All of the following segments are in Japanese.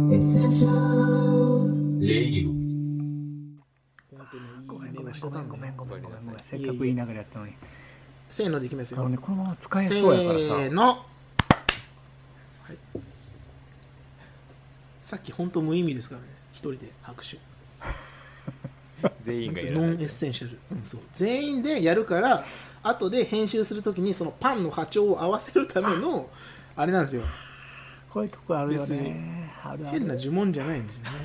レディオ。 ごめんせっかく言いながらやったのに。 せーのでいきますよ。 このまま使えそうやからさ。 せーの、はい、さっき本当無意味ですからね、一人で拍手全員がやるノンエッセンシャル、そう全員でやるから、後で編集するときにそのパンの波長を合わせるためのあれなんですよ。 こういうとこあるよね。あるある。 変な呪文じゃないんですよね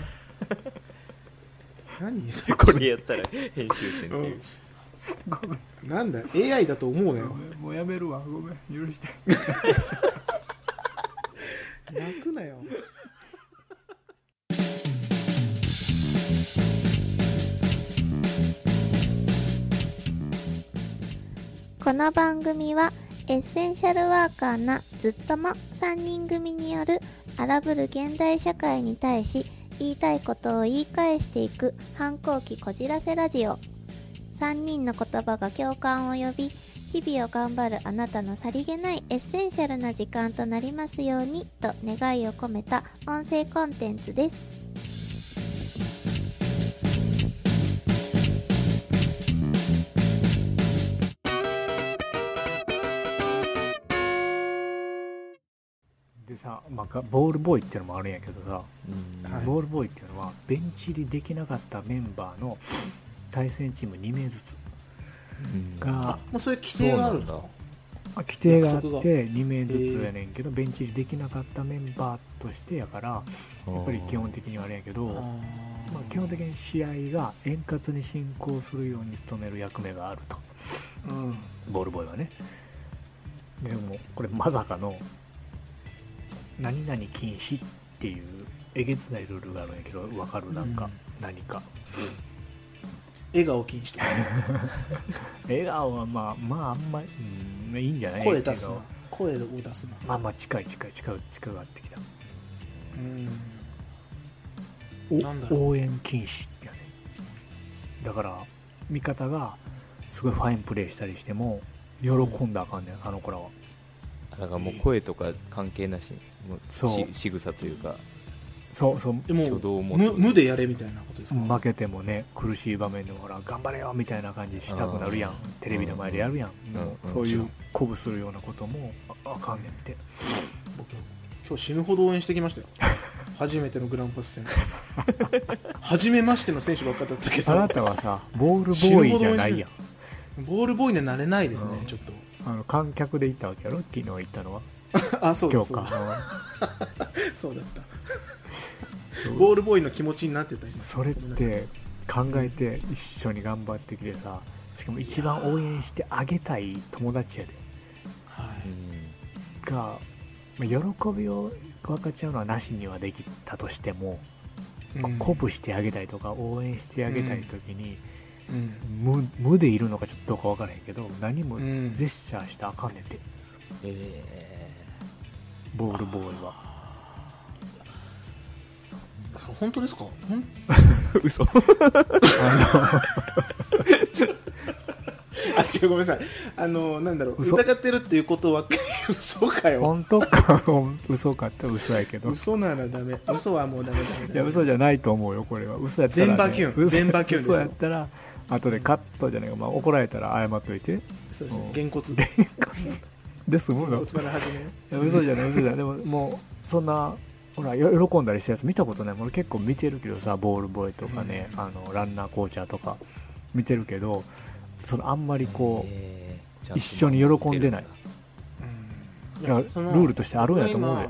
何これやったら編集点っていう、 なんだ AI だと思うよ。 もうやめるわ、ごめん許して泣くなよこの番組はエッセンシャルワーカーなずっとも3人組による荒ぶる現代社会に対し言いたいことを言い返していく反抗期こじらせラジオ。3人の言葉が共感を呼び、日々を頑張るあなたのさりげないエッセンシャルな時間となりますようにと願いを込めた音声コンテンツです。 でさ、ボールボーイっていうのもあるんやけどさ、 はい、 ボールボーイっていうのはベンチ入りできなかったメンバーの対戦チーム2名ずつが、 もうそういう規定があるんですか？ 規定があって2名ずつやねんけど、ベンチ入りできなかったメンバーとしてやからやっぱり基本的にはあれやけど、基本的に試合が円滑に進行するように努める役目があると、ボールボーイはね。でもこれまさかの何々禁止っていうえげつないルールがあるんやけど、分かる？なんか、何か笑顔禁止とか笑顔はあんまり、いいんじゃない？ 声を出すな。 近がってきた。 なんだろう、 応援禁止ってやね。だから味方がすごいファインプレーしたりしても喜んだらあかんねん、あの子らは。 だからもう声とか関係なし、もう仕草というか、 そうも挙動も無でやれみたいなことですか？ 負けてもね、苦しい場面でもほら頑張れよみたいな感じしたくなるやん。テレビの前でやるやん。もうそういう鼓舞するようなこともあかんねんって。 僕今日死ぬほど応援してきましたよ初めてのグランパス戦初めましての選手ばっかだったけど、 あなたはさボールボーイじゃないやん。 ボールボーイにはなれないですね、ちょっと観客で行ったわけやろ、昨日行ったのはあ、そうだそうだそうだったボールボーイの気持ちになってた。 それって考えて一緒に頑張ってきてさ、しかも一番応援してあげたい友達やで、が、喜びを分かち合うのはなしにはできたとしても、鼓舞してあげたいとか応援してあげたいときに、無でいるのかちょっとどうか分からへんけど、何もジェスチャーしたらあかんねんて、ボールボーイは。 本当ですか？ 嘘ごめんなさい、なんだろう、疑ってるっていうことは嘘かよ。 本当か嘘かって嘘やけど、 嘘ならダメ、嘘はもうダメ。 いや嘘じゃないと思うよ、これは。嘘やったら、 全馬キュンですよ。 嘘やったら後でカットじゃないか、怒られたら謝っといて。 そうですね、げんこつですもんの。嘘じゃないでももうそんなほら喜んだりしたやつ見たことない。俺結構見てるけどさ、ボールボーイとかね、ランナーコーチャーとか見てるけど、あんまりこう、一緒に喜んでない。ルールとしてあるんやと思うよ。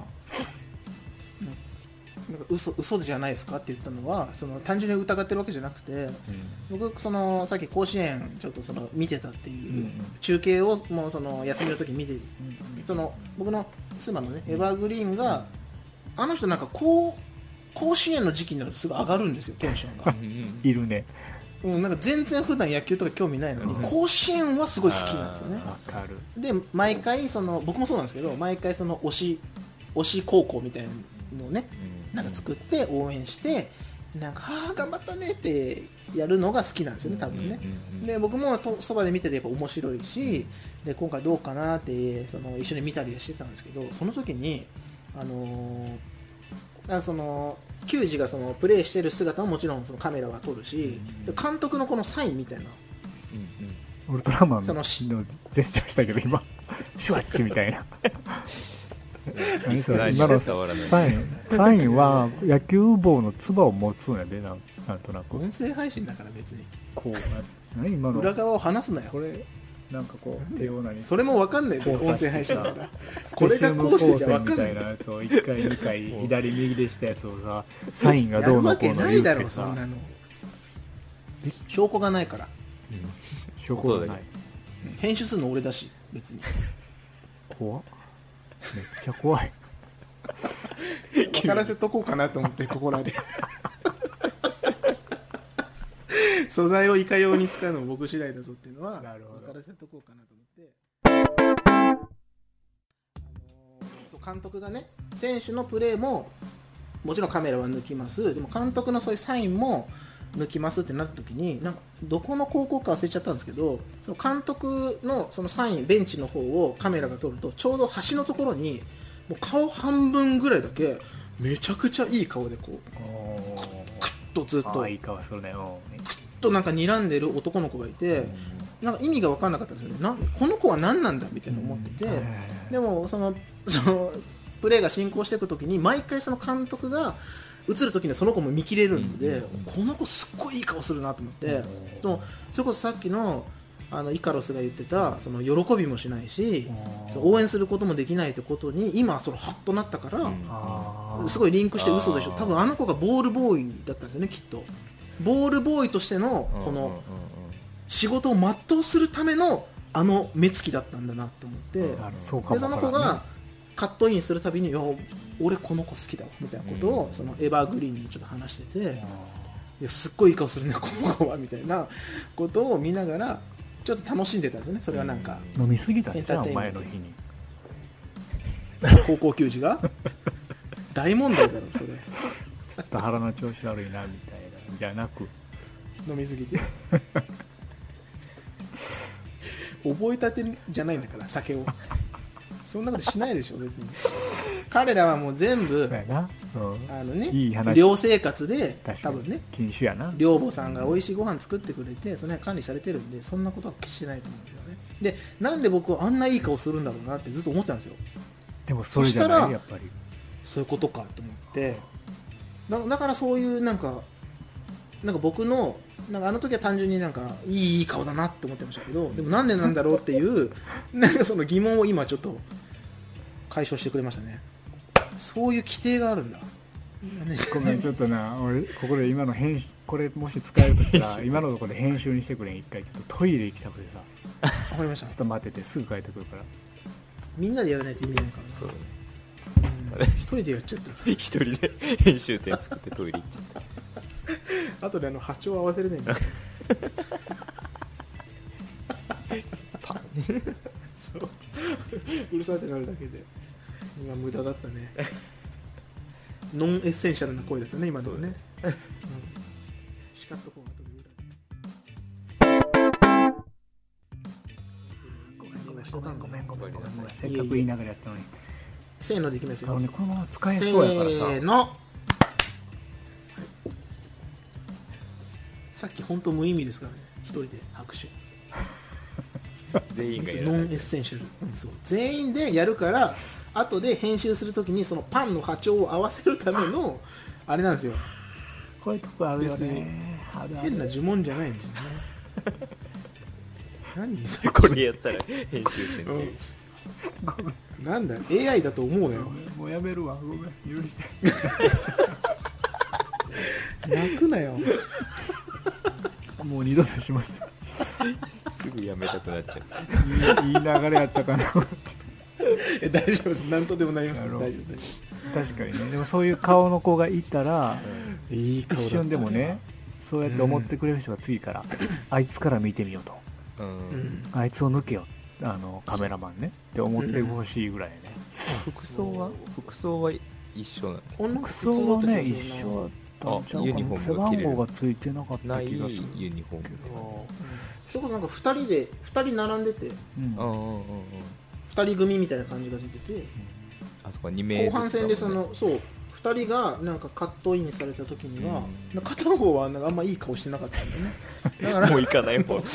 なんか嘘じゃないですかって言ったのは、単純に疑ってるわけじゃなくて、僕さっき甲子園ちょっと見てたっていう、中継をもう休みの時見て、僕の妻のね、エバーグリーンが、あの人なんか甲子園の時期になるとすぐ上がるんですよ、テンションがいるね。 なんか全然普段野球とか興味ないのに、甲子園はすごい好きなんですよね。 かる。で毎回僕もそうなんですけど、毎回推し高校みたいなのをね、なんか作って応援して、なんか頑張ったねってやるのが好きなんですよね、多分ね。で僕もそばで見ててやっぱ面白いし、で今回どうかなって一緒に見たりしてたんですけど、その時にその球児がそのプレーしてる姿ももちろんそのカメラは撮るし、監督のこのサインみたいな、 ウルトラマンのそのジェスチャーしたけど今シュワッチみたいな何それ今のサインは野球帽のつばを持つんやで、なんとなく音声配信だから別にこう何今の裏側を話すなよ。 これなんかこう手を何それも分かんないで音声配信だからこれスペシウムがこうして光じゃ分かんない線みたいなやつを1回2回左右でしたやつをさ、サインがどうのこうのやるわけな言いだろってさそんなの。証拠がないから証拠がない編集するの俺だし別に怖っめっちゃ怖い分からせとこうかなと思ってここらで素材をいかように使うのも僕次第だぞっていうのはなるほど分からせとこうかなと思って、そう監督がね選手のプレーももちろんカメラは抜きます、でも監督のそういうサインも抜きますってなった時になんかどこの高校か忘れちゃったんですけど、その監督のそのサインベンチの方をカメラが撮るとちょうど端のところにもう顔半分ぐらいだけめちゃくちゃいい顔でこうクッとずっといい顔するねとなんか睨んでる男の子がいて、なんか意味が分からなかったんですよね。この子は何なんだみたいな思ってて、でもそのプレーが進行していくときに毎回その監督が映るときにはその子も見切れるので、この子すっごいいい顔するなと思って、でもそれこそさっきのイカロスが言ってたその喜びもしないし応援することもできないってことに今そのハッとなったからすごいリンクして嘘でしょ。多分あの子がボールボーイだったんですよねきっと。ボールボーイとしてのこの仕事を全うするための目つきだったんだなと思って、でその子がカットインするたびにいや俺この子好きだわみたいなことをそのエバーグリーンにちょっと話してて、いやすっごいいい顔するねこの子はみたいなことを見ながらちょっと楽しんでたんですよね。それはなんか飲みすぎたんじゃん前の日に高校球児が大問題だろそれ。 ちょっと腹の調子悪いなみたいなじゃなく飲みすぎて覚えたてじゃないんだから酒をそんなことしないでしょ別に。彼らはもう全部いい話寮生活で多分ね禁酒やな寮母さんが美味しいご飯作ってくれてその辺管理されてるんでそんなことは決してないと思うんですよね。でなんで僕はあんないい顔するんだろうなってずっと思ってたんですよ。 でもそれじゃないやっぱりそういうことかと思ってだからそういうなんか僕のなんかあの時は単純になんかいい顔だなって思ってましたけど、でもなんでなんだろうっていうなんかその疑問を今ちょっと解消してくれましたね。そういう規定があるんだ。 ごめんちょっとな俺ここで今の編集これもし使えるとしたら今のところで編集にしてくれん。一回ちょっとトイレ行きたくてさわかりました。 ちょっと待っててすぐ帰ってくるからみんなでやらないと意味ないから。 そうだね一人でやっちゃった一人で編集点作ってトイレ行っちゃった後で波長合わせれないんだパンそううるさってなるだけで今無駄だったねノンエッセンシャルな声だったね今のはね。叱っとこう後でごめんせっかく言いながらやったのにせーのでいきますよ。 このまま使えそうやからさ。 せーの。さっき本当無意味ですからね。一人で拍手。 全員がやるノンエッセンシャル、そう全員でやるから後で編集するときにそのパンの波長を合わせるためのあれなんですよ。 こういうとこあるよ別にね。 変な呪文じゃないんですよね。何それこれやったら編集点で、 なんだ AI だと思うよ。 もうやめるわごめん許して泣くなよ。 もう二度としませんすぐやめたくなっちゃう。 いい流れやったかな大丈夫です。何とでもなりますから大丈夫大丈確かにね。でもそういう顔の子がいたら、 夫。いい顔だった一瞬でもねそうやって思ってくれる人が次から、あいつから見てみようと、あいつを抜けよカメラマンねって思ってほしいぐらいね。 服装は一緒なの？ 服装はね一緒だったんちゃうかな。 ユニフォーム背番号がついてなかった気がする。 ないユニフォーム。 それこそなんか2人並んでて、2人組みたいな感じが出てて、 あそこ2名後半戦でそう2 2人がなんかカットインされた時には、片方はなんかあんまいい顔してなかったんだよね。だからもう行かないもん。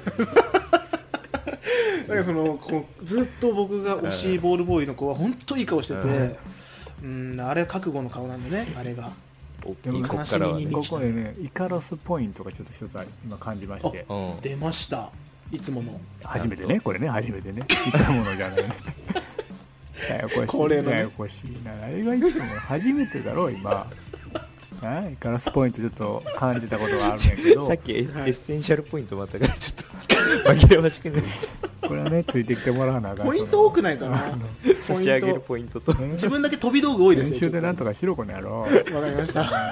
だからこうずっと僕が推しボールボーイの子は本当いい顔してて、あれ覚悟の顔なんでね、あれが。 でもこっからはね、 ここでねイカロスポイントがちょっと一つ今感じまして、 出ました、いつもの初めてね、これね初めてねいったものじゃないね。ややこしい、 これのねややこしいな、あれがいつも初めてだろう今。イカロスポイントちょっと感じたことがあるんやけど、 さっきエッセンシャルポイントもあったからちょっと紛らわしくない。 これはねついてきてもらわなあかん。 ポイント多くないかな。 差し上げるポイントと自分だけ飛び道具多いですよ。 練習でなんとかしろこの野郎。 わかりました。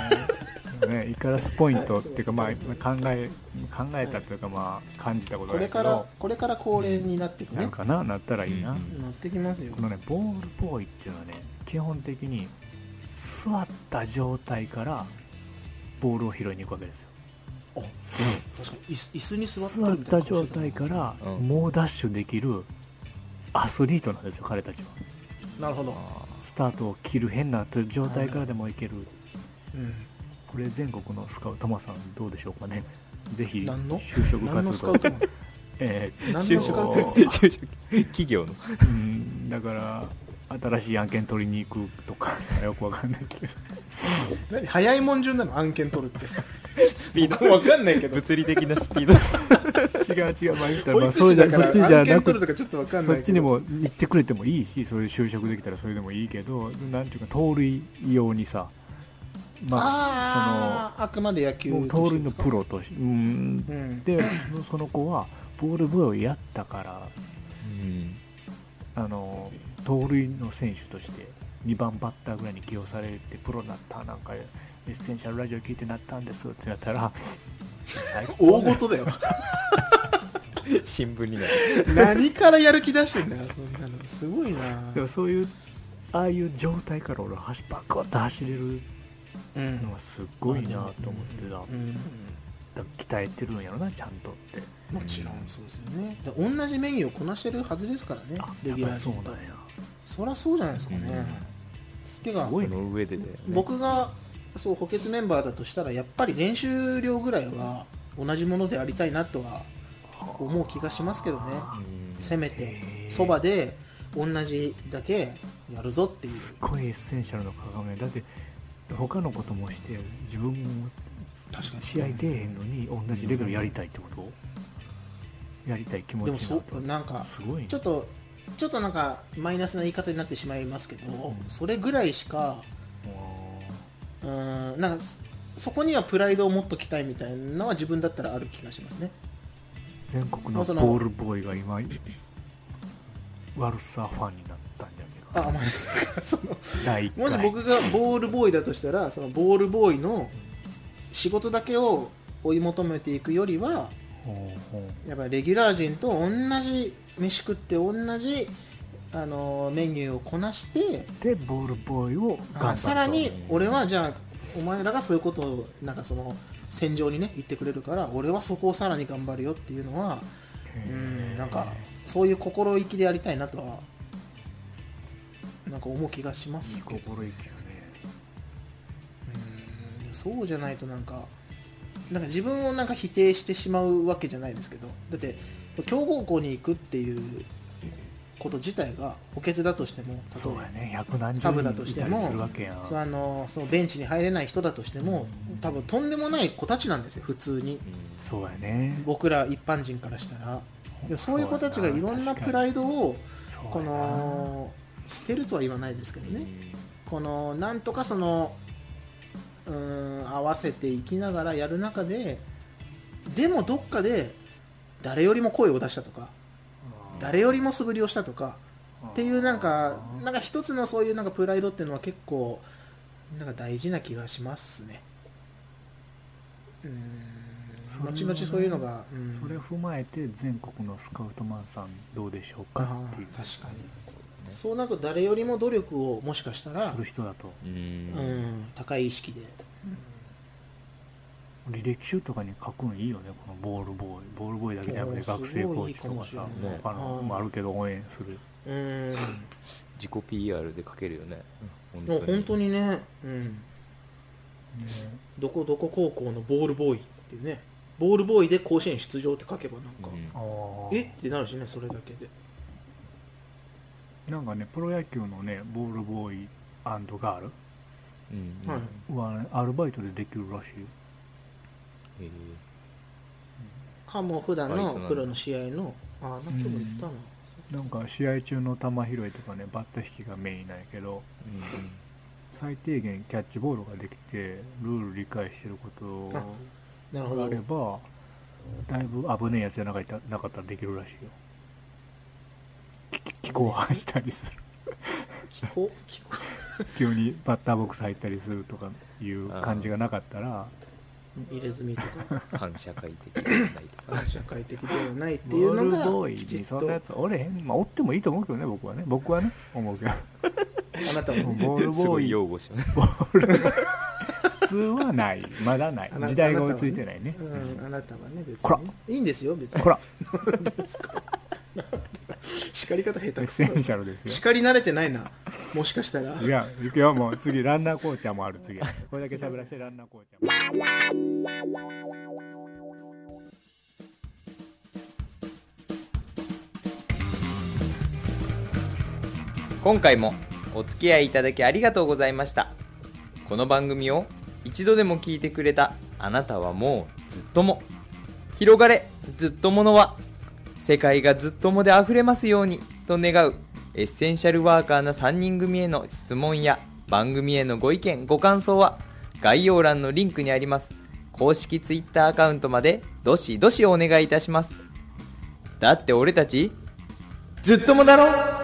ね、イカラスポイントっていうか、まあ、考えたというか、まあ、感じたことだけど、 これから恒例になっていくね。 なんかなったらいいな。 なってきますよ。 このねボールボーイっていうのはね基本的に座った状態からボールを拾いに行くわけですよ。 確かに椅子に座って座っるみたいなた状態から猛ダッシュできるアスリートなんですよ彼たちは。 なるほど。 スタートを切る変な状態からでもいける。これ全国のスカウトマさんどうでしょうかね。ぜひ就職活動就職企業のだから新しい案件取りに行くとかよくわかんないけど何早いもん順なの案件取るってスピードわかんないけど物理的なスピード違うまあ言ったら、そっちじゃなくてそっちにも行ってくれてもいいし、それで就職できたらそれでもいいけど、なんていうか盗塁用にさ、 あくまで野球盗塁のプロとしてでその子はボールボーイをやったから、盗塁の選手として2番バッターぐらいに起用されてプロになった、なんかエッセンシャルラジオ聞いてなったんですってやったら大事だよ新聞になる。 何からやる気出してんだよそんなの。すごいな。 でもそういうああいう状態から俺バックッと走れるのはすごいなと思ってた。鍛えてるんやろなちゃんとって。 もちろんそうですよね。同じメニューをこなしてるはずですからね、レギュラー陣と。そりゃそうじゃないですかね。てかその上で僕が補欠メンバーだとしたらやっぱり練習量ぐらいは同じものでありたいなとは思う気がしますけどね。せめてそばで同じだけやるぞっていう。 すごいエッセンシャルの鏡だって他のこともして自分も試合出えへんのに同じレベルやりたいってこと、やりたい気持ちになると。でもなんかすごい、ね、 ちょっとなんかマイナスな言い方になってしまいますけど、それぐらいしかなんかそこにはプライドを持っときたいみたいなのは自分だったらある気がしますね。 全国のボールボーイが今悪さファンになったんじゃないか。 まあ、その第1回もし僕がボールボーイだとしたらそのボールボーイの仕事だけを追い求めていくよりはやっぱりレギュラー陣と同じ飯食って同じメニューをこなしてでボールボーイをさらに俺はじゃあお前らがそういうことをなんかその戦場にね言ってくれるから俺はそこをさらに頑張るよっていうのはなんかそういう心意気でやりたいなとはなんか思う気がしますけど。 いい心意気よね。 そうじゃないとなんか自分をなんか否定してしまうわけじゃないですけど、だって強豪校に行くっていうこと自体が補欠だとしても、 そうやね、100何十人サブだとしてもそのベンチに入れない人だとしても、多分とんでもない子たちなんですよ普通に。 そうやね、 僕ら一般人からしたら。でもそういう子たちがいろんなプライドをこの捨てるとは言わないですけどね、このなんとかその合わせていきながらやる中で、でもどっかで誰よりも声を出したとか誰よりも素振りをしたとかっていうなんか一つのそういうなんかプライドっていうのは結構なんか大事な気がしますね。後々そういうのが、 それを踏まえて全国のスカウトマンさんどうでしょうかっていう。 確かにそうなると誰よりも努力をもしかしたらする人だと、 高い意識で、 履歴書とかに書くのいいよね、このボールボーイだけじゃなくて学生コーチとかさ、他のもあるけど応援する、 自己 PR で書けるよね。 本当にね、どこ高校のボールボーイっていうね、ボールボーイで甲子園出場って書けばなんか、ってなるしね、それだけで。 なんかね、プロ野球のね、ボールボーイ&ガールはアルバイトでできるらしいよ。 もう普段のプロの試合の、なんか今日も言ったな。 なんか試合中の球拾いとかね、バッター引きがメインなんやけど、最低限キャッチボールができてルール理解してることがあれば、だいぶ危ねえやつじゃなかったらできるらしいよ。気候発したりする急にバッターボックス入ったりするとかいう感じがなかったら、 入れ墨とか反社会的ではないとか反社会的ではないっていうのがボールボーイにそんなやつおれへん、おってもいいと思うけどね、僕はね思うけどあなたもボールボーイすごい擁護します普通はない、まだない、時代が追いついてないね。 あなたはね、別こらにいいんですよ、別に。 こら叱り方下手エッくそセンシャルですよ。 叱り慣れてないな、もしかしたら。 いや、行くよ、もう次ランナーコーチャーもある。次これだけ喋らせてランナーコーチャーも。 今回もお付き合いいただきありがとうございました。この番組を一度でも聞いてくれたあなたはもうずっとも。広がれずっとものは、世界がずっともであふれますようにと願うエッセンシャルワーカーな3人組への質問や番組へのご意見ご感想は概要欄のリンクにあります公式 Twitter アカウントまでどしどしお願いいたします。だって俺たちずっともだろ。